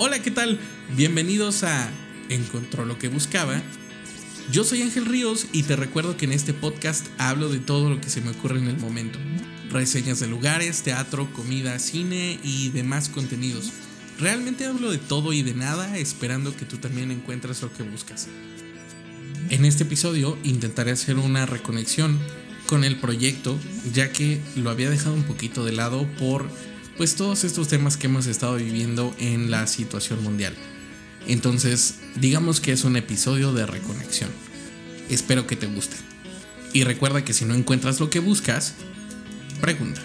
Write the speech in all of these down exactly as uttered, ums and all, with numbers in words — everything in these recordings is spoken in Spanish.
Hola, ¿qué tal? Bienvenidos a Encontró lo que buscaba. Yo soy Ángel Ríos y te recuerdo que en este podcast hablo de todo lo que se me ocurre en el momento. Reseñas de lugares, teatro, comida, cine y demás contenidos. Realmente hablo de todo y de nada, esperando que tú también encuentres lo que buscas. En este episodio intentaré hacer una reconexión con el proyecto, ya que lo había dejado un poquito de lado por pues todos estos temas que hemos estado viviendo en la situación mundial. Entonces, digamos que es un episodio de reconexión. Espero que te guste. Y recuerda que si no encuentras lo que buscas, pregunta.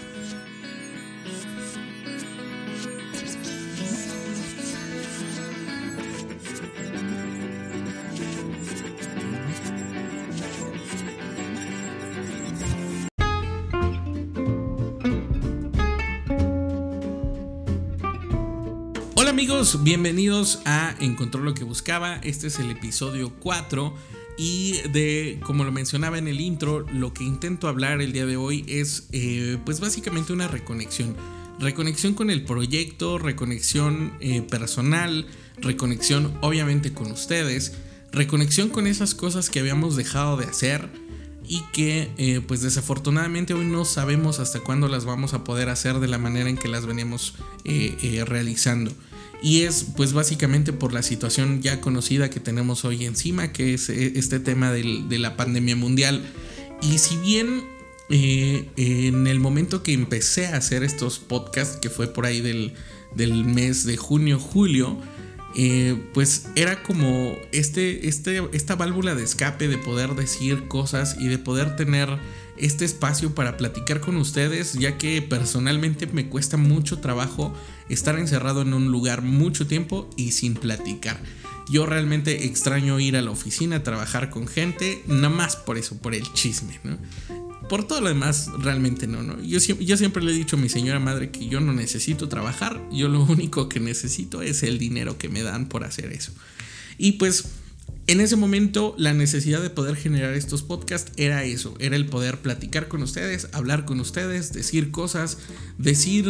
Hola amigos, bienvenidos a Encontró lo que buscaba. Este es el episodio cuatro y de, como lo mencionaba en el intro, lo que intento hablar el día de hoy es eh, pues básicamente una reconexión. Reconexión con el proyecto, reconexión eh, personal, reconexión obviamente con ustedes, reconexión con esas cosas que habíamos dejado de hacer y que eh, pues desafortunadamente hoy no sabemos hasta cuándo las vamos a poder hacer de la manera en que las veníamos eh, eh, realizando. Y es pues básicamente por la situación ya conocida que tenemos hoy encima, que es este tema del, de la pandemia mundial. Y si bien eh, en el momento que empecé a hacer estos podcasts, que fue por ahí del, del mes de junio, julio, eh, pues era como este, este, esta válvula de escape de poder decir cosas y de poder tener este espacio para platicar con ustedes, ya que personalmente me cuesta mucho trabajo estar encerrado en un lugar mucho tiempo y sin platicar. Yo realmente extraño ir a la oficina, trabajar con gente, nada más por eso, por el chisme, ¿no? Por todo lo demás, realmente no, ¿no? Yo, yo siempre le he dicho a mi señora madre que yo no necesito trabajar, yo lo único que necesito es el dinero que me dan por hacer eso. Y pues en ese momento la necesidad de poder generar estos podcasts era eso, era el poder platicar con ustedes, hablar con ustedes, decir cosas, decir,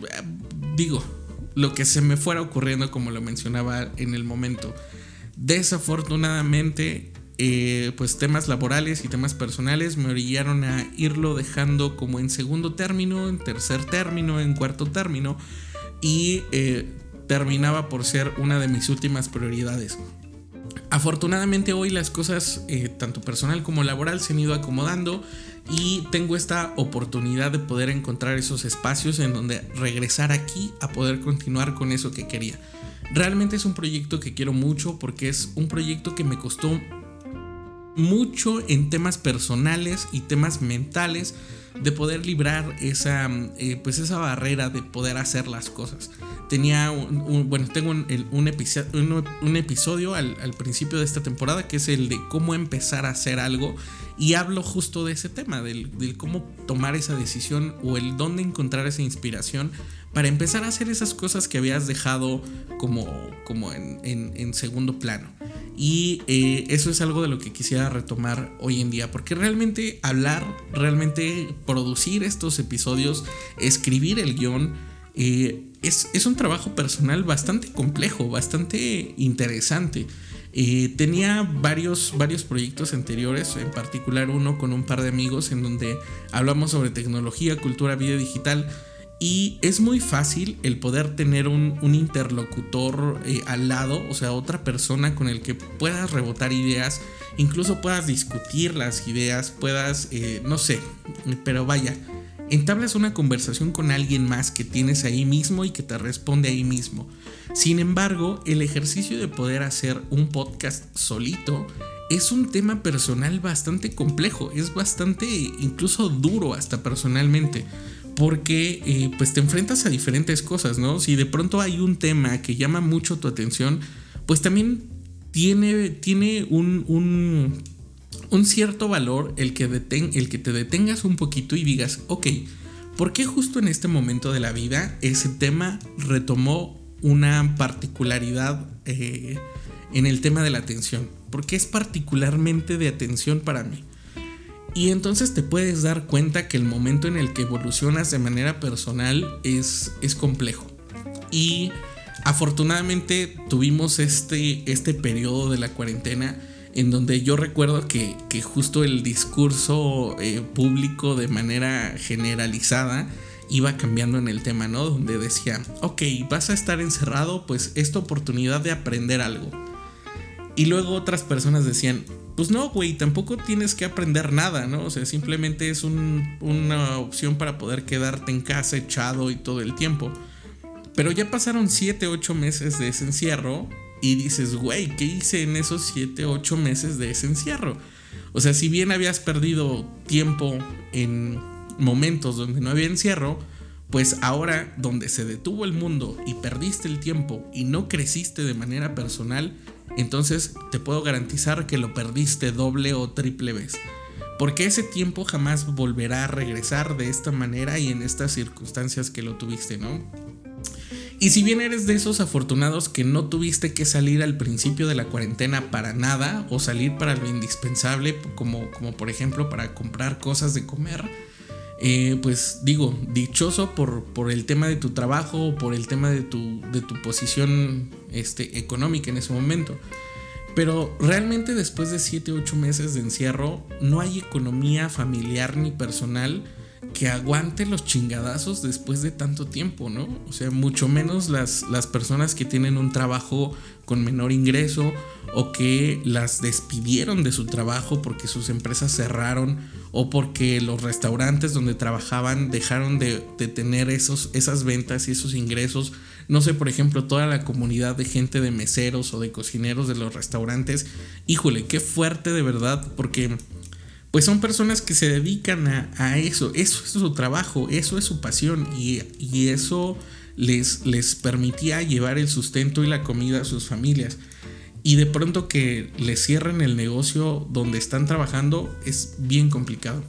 digo, lo que se me fuera ocurriendo, como lo mencionaba en el momento. Desafortunadamente, eh, pues temas laborales y temas personales me orillaron a irlo dejando como en segundo término, en tercer término, en cuarto término, y eh, terminaba por ser una de mis últimas prioridades. Afortunadamente hoy las cosas, eh, tanto personal como laboral, se han ido acomodando y tengo esta oportunidad de poder encontrar esos espacios en donde regresar aquí a poder continuar con eso que quería. Realmente es un proyecto que quiero mucho porque es un proyecto que me costó mucho en temas personales y temas mentales de poder librar esa, eh, pues esa barrera de poder hacer las cosas. Tenía un, un, bueno, tengo un, el, un, episodio, un, un episodio al, al principio de esta temporada que es el de cómo empezar a hacer algo y hablo justo de ese tema, del, del cómo tomar esa decisión o el dónde encontrar esa inspiración para empezar a hacer esas cosas que habías dejado como, como en, en, en segundo plano. Y eh, eso es algo de lo que quisiera retomar hoy en día, porque realmente hablar, realmente producir estos episodios, escribir el guión, eh, es, es un trabajo personal bastante complejo, bastante interesante. Eh, tenía varios, varios proyectos anteriores, en particular uno con un par de amigos en donde hablamos sobre tecnología, cultura, vida digital. Y es muy fácil el poder tener un, un interlocutor eh, al lado, o sea, otra persona con el que puedas rebotar ideas, incluso puedas discutir las ideas, puedas, eh, no sé, pero vaya, entablas una conversación con alguien más que tienes ahí mismo y que te responde ahí mismo. Sin embargo, el ejercicio de poder hacer un podcast solito es un tema personal bastante complejo, es bastante incluso duro hasta personalmente. Porque eh, pues te enfrentas a diferentes cosas, ¿no? Si de pronto hay un tema que llama mucho tu atención, pues también tiene, tiene un, un, un cierto valor el que, deten, el que te detengas un poquito y digas, ok, ¿por qué justo en este momento de la vida ese tema retomó una particularidad eh, en el tema de la atención? ¿Por qué es particularmente de atención para mí? Y entonces te puedes dar cuenta que el momento en el que evolucionas de manera personal es, es complejo. Y afortunadamente tuvimos este, este periodo de la cuarentena en donde yo recuerdo que, que justo el discurso eh, público de manera generalizada iba cambiando en el tema, ¿no? Donde decía, ok, vas a estar encerrado, pues es tu oportunidad de aprender algo. Y luego otras personas decían, pues no, güey, tampoco tienes que aprender nada, ¿no? O sea, simplemente es un, una opción para poder quedarte en casa echado y todo el tiempo. Pero ya pasaron siete, ocho meses de ese encierro y dices, güey, ¿qué hice en esos siete, ocho meses de ese encierro? O sea, si bien habías perdido tiempo en momentos donde no había encierro, pues ahora donde se detuvo el mundo y perdiste el tiempo y no creciste de manera personal, entonces te puedo garantizar que lo perdiste doble o triple vez. Porque ese tiempo jamás volverá a regresar de esta manera y en estas circunstancias que lo tuviste, ¿no? Y si bien eres de esos afortunados que no tuviste que salir al principio de la cuarentena para nada, o salir para lo indispensable, como, como por ejemplo para comprar cosas de comer, eh, pues digo, dichoso por, por el tema de tu trabajo o por el tema de tu, de tu posición este, económica en ese momento. Pero realmente después de siete u ocho meses de encierro no hay economía familiar ni personal que aguante los chingadazos después de tanto tiempo, ¿no? O sea, mucho menos las, las personas que tienen un trabajo con menor ingreso o que las despidieron de su trabajo porque sus empresas cerraron o porque los restaurantes donde trabajaban dejaron de, de tener esos, esas ventas y esos ingresos. No sé, por ejemplo, toda la comunidad de gente de meseros o de cocineros de los restaurantes. Híjole, qué fuerte de verdad, porque pues son personas que se dedican a, a eso, eso es su trabajo, eso es su pasión y, y eso les, les permitía llevar el sustento y la comida a sus familias. Y de pronto que les cierren el negocio donde están trabajando es bien complicado.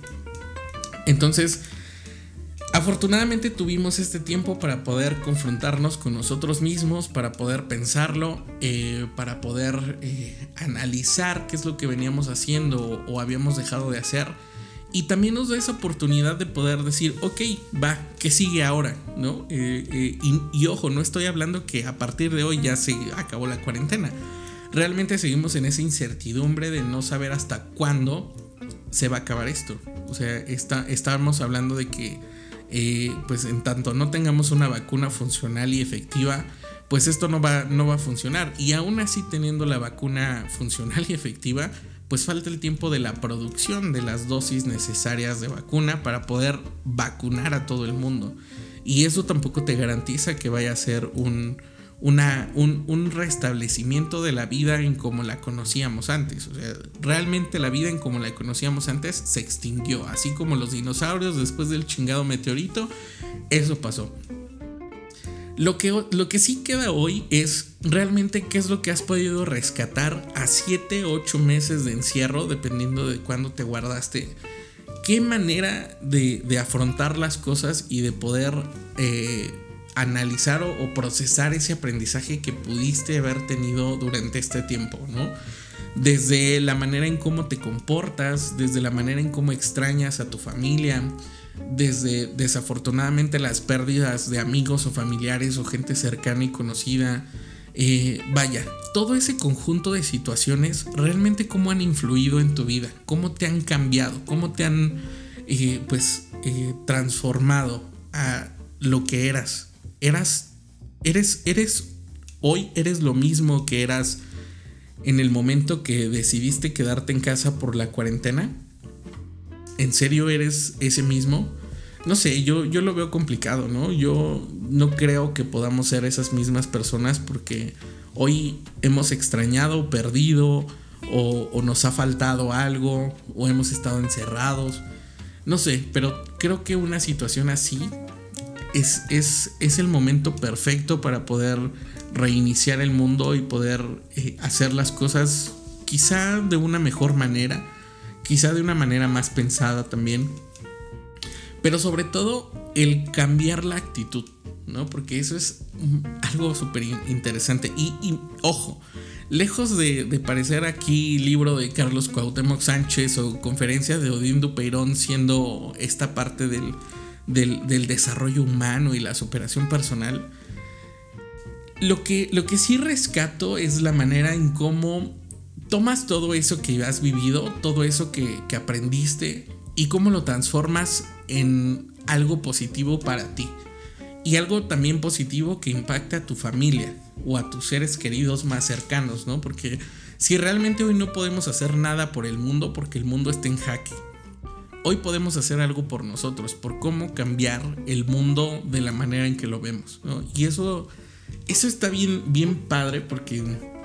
Entonces, afortunadamente tuvimos este tiempo para poder confrontarnos con nosotros mismos, para poder pensarlo, eh, para poder eh, analizar qué es lo que veníamos haciendo o, o habíamos dejado de hacer. Y también nos da esa oportunidad de poder decir, ok, va, ¿qué sigue ahora? ¿No? Eh, eh, y, y ojo, no estoy hablando que a partir de hoy ya se acabó la cuarentena. Realmente seguimos en esa incertidumbre de no saber hasta cuándo se va a acabar esto. O sea, está, estábamos hablando de que Eh, pues en tanto no tengamos una vacuna funcional y efectiva, pues esto no va, no va a funcionar. Y aún así, teniendo la vacuna funcional y efectiva, pues falta el tiempo de la producción de las dosis necesarias de vacuna para poder vacunar a todo el mundo. Y eso tampoco te garantiza que vaya a ser un, una, un, un restablecimiento de la vida en como la conocíamos antes. O sea, realmente la vida en como la conocíamos antes se extinguió, así como los dinosaurios después del chingado meteorito. Eso pasó. Lo que, lo que sí queda hoy es realmente qué es lo que has podido rescatar a siete u ocho meses de encierro, dependiendo de cuándo te guardaste. Qué manera de, de afrontar las cosas y de poder eh, analizar o, o procesar ese aprendizaje que pudiste haber tenido durante este tiempo, ¿no? Desde la manera en cómo te comportas, desde la manera en cómo extrañas a tu familia, desde desafortunadamente las pérdidas de amigos o familiares o gente cercana y conocida. Eh, vaya, todo ese conjunto de situaciones realmente cómo han influido en tu vida, cómo te han cambiado, cómo te han eh, pues eh, transformado a lo que eras. Eras, eres, eres, hoy eres lo mismo que eras en el momento que decidiste quedarte en casa por la cuarentena. ¿En serio eres ese mismo? No sé, yo, yo lo veo complicado, ¿no? Yo no creo que podamos ser esas mismas personas porque hoy hemos extrañado, perdido o, o nos ha faltado algo o hemos estado encerrados. No sé, pero creo que una situación así es, es, es el momento perfecto para poder reiniciar el mundo y poder eh, hacer las cosas quizá de una mejor manera, quizá de una manera más pensada también, pero sobre todo el cambiar la actitud, ¿no? Porque eso es algo súper interesante y, y ojo, lejos de, de parecer aquí libro de Carlos Cuauhtémoc Sánchez o conferencia de Odín Dupeirón siendo esta parte del, del, del desarrollo humano y la superación personal, lo que, lo que sí rescato es la manera en cómo tomas todo eso que has vivido, todo eso que, que aprendiste y cómo lo transformas en algo positivo para ti. Y algo también positivo que impacta a tu familia o a tus seres queridos más cercanos, ¿no? Porque si realmente hoy no podemos hacer nada por el mundo porque el mundo está en jaque, hoy podemos hacer algo por nosotros, por cómo cambiar el mundo de la manera en que lo vemos, ¿no? Y eso, eso está bien, bien padre porque,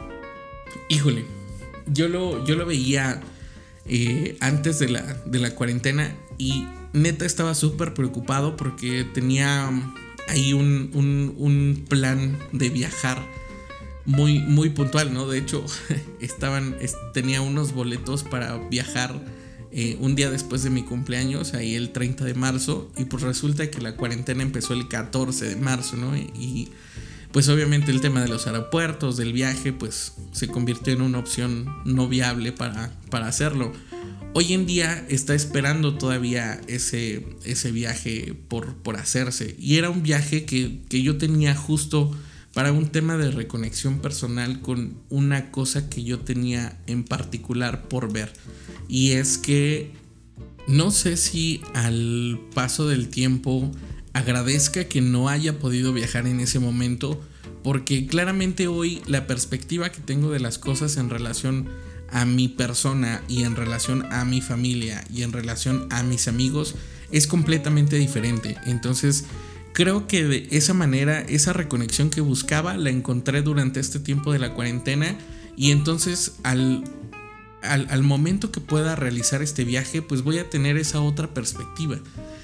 híjole, yo lo, yo lo veía eh, antes de la, de la cuarentena y neta estaba súper preocupado porque tenía ahí un, un, un plan de viajar muy, muy puntual, ¿no? De hecho, estaban, tenía unos boletos para viajar eh, un día después de mi cumpleaños, ahí el treinta de marzo, y pues resulta que la cuarentena empezó el catorce de marzo, ¿no? Y, y pues obviamente el tema de los aeropuertos, del viaje, pues se convirtió en una opción no viable para, para hacerlo. Hoy en día está esperando todavía ese, ese viaje por, por hacerse. Y era un viaje que, que yo tenía justo para un tema de reconexión personal con una cosa que yo tenía en particular por ver. Y es que no sé si al paso del tiempo agradezca que no haya podido viajar en ese momento, porque claramente hoy la perspectiva que tengo de las cosas en relación a mi persona y en relación a mi familia y en relación a mis amigos es completamente diferente. Entonces creo que de esa manera, esa reconexión que buscaba la encontré durante este tiempo de la cuarentena, y entonces al, al, al momento que pueda realizar este viaje pues voy a tener esa otra perspectiva,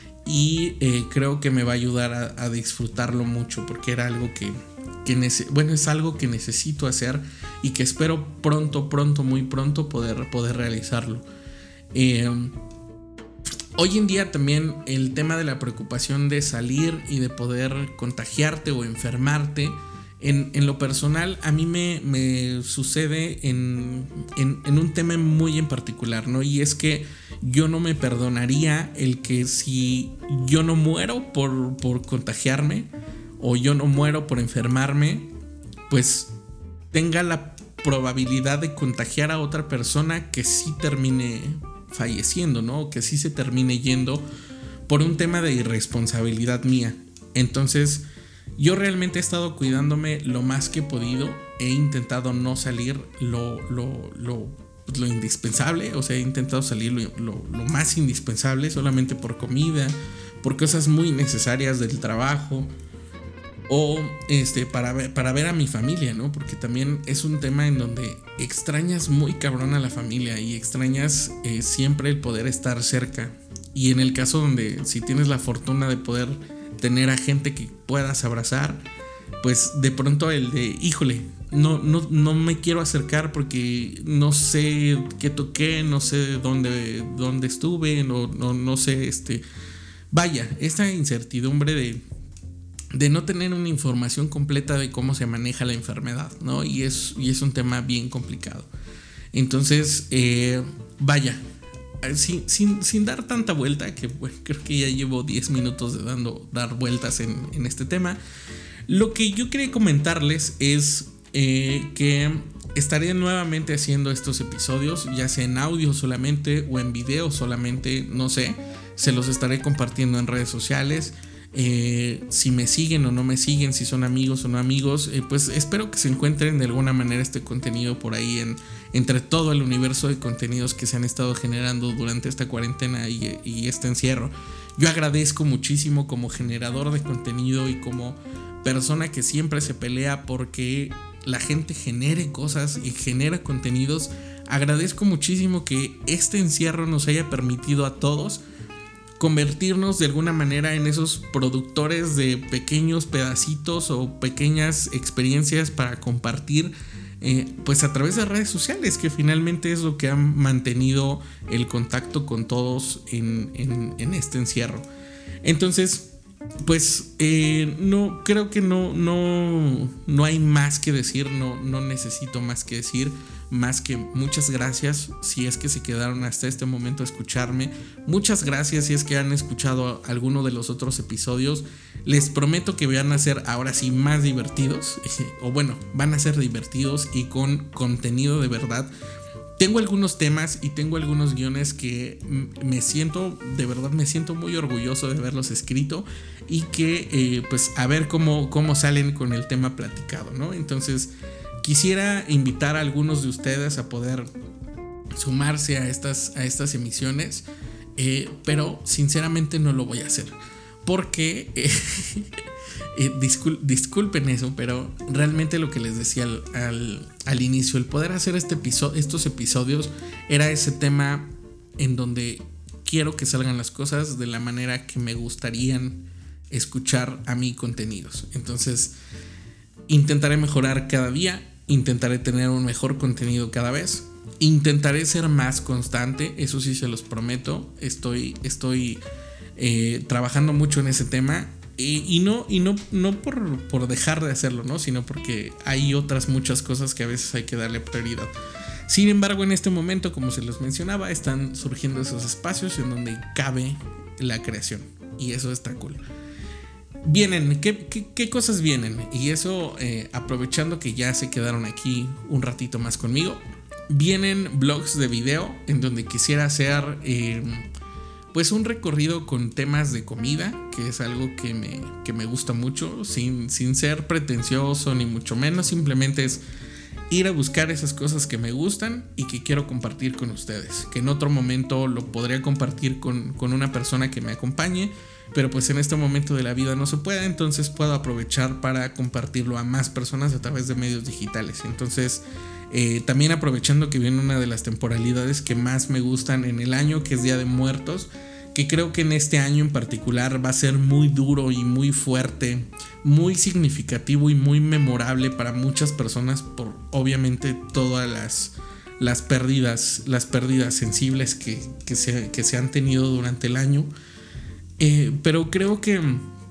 y eh, creo que me va a ayudar a, a disfrutarlo mucho, porque era algo que Que nece- bueno, es algo que necesito hacer y que espero pronto, pronto, muy pronto poder, poder realizarlo. Eh, hoy en día también el tema de la preocupación de salir y de poder contagiarte o enfermarte, en, en lo personal a mí me, me sucede en, en, en un tema muy en particular, ¿no? Y es que yo no me perdonaría el que si yo no muero por, por contagiarme, o yo no muero por enfermarme, pues tenga la probabilidad de contagiar a otra persona que sí termine falleciendo, ¿no? Que sí se termine yendo por un tema de irresponsabilidad mía. Entonces, yo realmente he estado cuidándome lo más que he podido. He intentado no salir lo, lo, lo, lo indispensable. O sea, he intentado salir lo, lo, lo más indispensable, solamente por comida, por cosas muy necesarias del trabajo, o este, para ver, para ver a mi familia, ¿no? Porque también es un tema en donde extrañas muy cabrón a la familia y extrañas eh, siempre el poder estar cerca. Y en el caso donde si tienes la fortuna de poder tener a gente que puedas abrazar, pues de pronto el de, híjole, no, no, no me quiero acercar porque no sé qué toqué, no sé dónde, dónde estuve, no, no, no sé, este, vaya, esta incertidumbre de de no tener una información completa de cómo se maneja la enfermedad, ¿no? Y es, y es un tema bien complicado. Entonces, eh, vaya, sin, sin, sin dar tanta vuelta, que bueno, creo que ya llevo diez minutos de dando, dar vueltas en, en este tema, lo que yo quería comentarles es eh, que estaré nuevamente haciendo estos episodios, ya sea en audio solamente o en video solamente, no sé, se los estaré compartiendo en redes sociales. Eh, si me siguen o no me siguen, si son amigos o no amigos, eh, pues espero que se encuentren de alguna manera este contenido por ahí en, entre todo el universo de contenidos que se han estado generando durante esta cuarentena y, y este encierro. Yo agradezco muchísimo como generador de contenido y como persona que siempre se pelea porque la gente genere cosas y genera contenidos. Agradezco muchísimo que este encierro nos haya permitido a todos convertirnos de alguna manera en esos productores de pequeños pedacitos o pequeñas experiencias para compartir, eh, pues a través de redes sociales, que finalmente es lo que ha mantenido el contacto con todos en, en, en este encierro. Entonces, pues eh, no, creo que no, no, no hay más que decir, no, no necesito más que decir. más que muchas gracias si es que se quedaron hasta este momento a escucharme. Muchas gracias si es que han escuchado alguno de los otros episodios. Les prometo que van a ser ahora sí más divertidos, o bueno, van a ser divertidos y con contenido de verdad. Tengo algunos temas y tengo algunos guiones que me siento, de verdad me siento muy orgulloso de haberlos escrito y que eh, pues a ver cómo, cómo salen con el tema platicado, ¿no? Entonces quisiera invitar a algunos de ustedes a poder sumarse a estas, a estas emisiones, eh, pero sinceramente no lo voy a hacer porque... Eh, Eh, discul- disculpen eso, pero realmente lo que les decía al, al, al inicio, el poder hacer este episodio, estos episodios era ese tema en donde quiero que salgan las cosas de la manera que me gustarían escuchar a mí contenidos. Entonces intentaré mejorar cada día, intentaré tener un mejor contenido cada vez, intentaré ser más constante, eso sí se los prometo. Estoy, estoy eh, trabajando mucho en ese tema. Y, y no, y no, no por, por dejar de hacerlo, ¿no? Sino porque hay otras muchas cosas que a veces hay que darle prioridad. Sin embargo, en este momento, como se los mencionaba, están surgiendo esos espacios en donde cabe la creación. Y eso está cool. Vienen, ¿qué, qué, qué cosas vienen? Y eso, eh, aprovechando que ya se quedaron aquí un ratito más conmigo, vienen vlogs de video en donde quisiera hacer... Eh, Pues un recorrido con temas de comida, que es algo que me, que me gusta mucho, sin, sin ser pretencioso ni mucho menos. Simplemente es ir a buscar esas cosas que me gustan y que quiero compartir con ustedes. Que en otro momento lo podría compartir con, con una persona que me acompañe, pero pues en este momento de la vida no se puede, entonces puedo aprovechar para compartirlo a más personas a través de medios digitales. Entonces... Eh, también aprovechando que viene una de las temporalidades que más me gustan en el año, que es Día de Muertos, que creo que en este año en particular va a ser muy duro y muy fuerte, muy significativo y muy memorable para muchas personas por obviamente todas las, las pérdidas, las pérdidas sensibles que, que, se, que se han tenido durante el año. Eh, pero creo que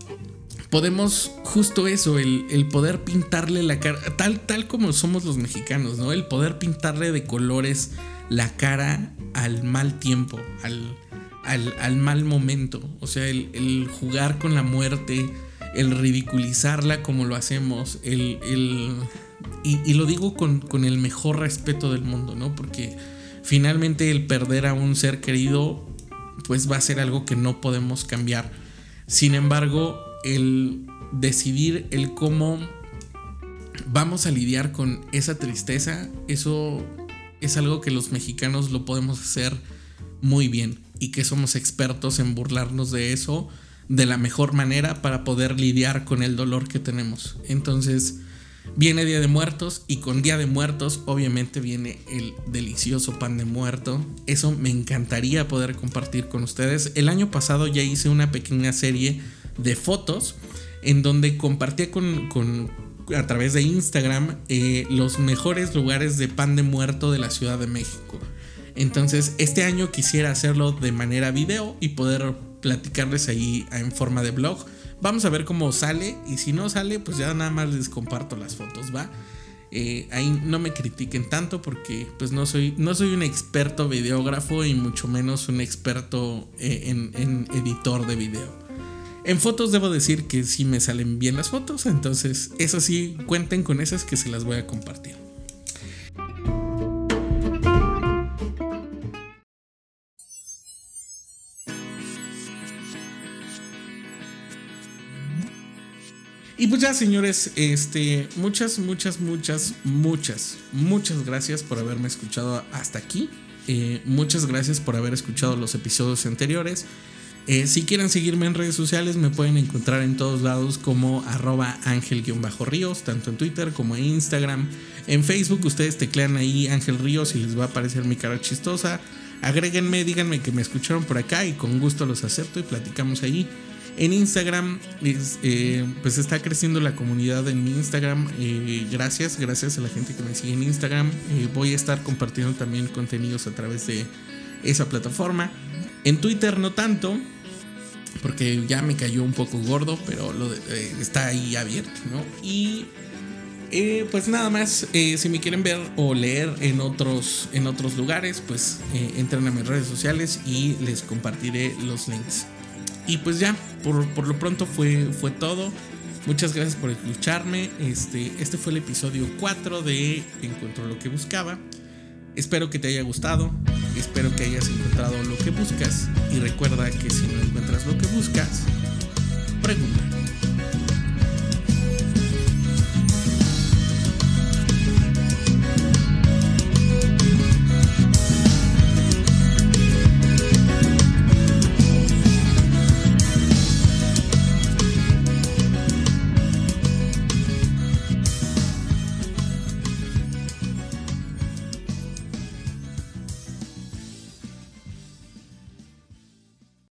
podemos justo eso, el, el poder pintarle la cara, tal, tal como somos los mexicanos, ¿no? El poder pintarle de colores la cara al mal tiempo, al, al, al mal momento. O sea, el, el jugar con la muerte, el ridiculizarla como lo hacemos, el, el, y, y lo digo con, con el mejor respeto del mundo, ¿no? Porque finalmente el perder a un ser querido, pues va a ser algo que no podemos cambiar. Sin embargo, el decidir el cómo vamos a lidiar con esa tristeza, eso es algo que los mexicanos lo podemos hacer muy bien y que somos expertos en burlarnos de eso de la mejor manera para poder lidiar con el dolor que tenemos. Entonces viene Día de Muertos y con Día de Muertos obviamente viene el delicioso pan de muerto. Eso me encantaría poder compartir con ustedes. El año pasado ya hice una pequeña serie de fotos en donde compartía con, con a través de Instagram eh, los mejores lugares de pan de muerto de la Ciudad de México. Entonces este año quisiera hacerlo de manera video y poder platicarles ahí en forma de blog. Vamos a ver cómo sale, y si no sale pues ya nada más les comparto las fotos, ¿va? Eh, ahí no me critiquen tanto porque pues no soy, no soy un experto videógrafo y mucho menos un experto eh, en, en editor de video. En fotos debo decir que sí me salen bien las fotos, entonces eso sí, cuenten con esas que se las voy a compartir. Y pues ya, señores, este, muchas, muchas, muchas, muchas, muchas gracias por haberme escuchado hasta aquí. Eh, muchas gracias por haber escuchado los episodios anteriores. Eh, si quieren seguirme en redes sociales, me pueden encontrar en todos lados como arroba ángel-ríos, tanto en Twitter como en Instagram. En Facebook ustedes teclean ahí Ángel Ríos y les va a aparecer mi cara chistosa. Agréguenme, díganme que me escucharon por acá y con gusto los acepto y platicamos ahí. En Instagram es, eh, pues está creciendo la comunidad en mi Instagram. Eh, gracias, gracias a la gente que me sigue en Instagram. Eh, voy a estar compartiendo también contenidos a través de esa plataforma. En Twitter no tanto, porque ya me cayó un poco gordo, pero lo de, eh, está ahí abierto, ¿no? Y Eh, pues nada más, eh, si me quieren ver o leer en otros, en otros lugares, pues eh, entren a mis redes sociales y les compartiré los links. Y pues ya, por, por lo pronto fue, fue todo. Muchas gracias por escucharme. Este, este fue el episodio cuatro de Encuentro lo que buscaba. Espero que te haya gustado. Espero que hayas encontrado lo que buscas. Y recuerda que si no encuentras lo que buscas, pregunta.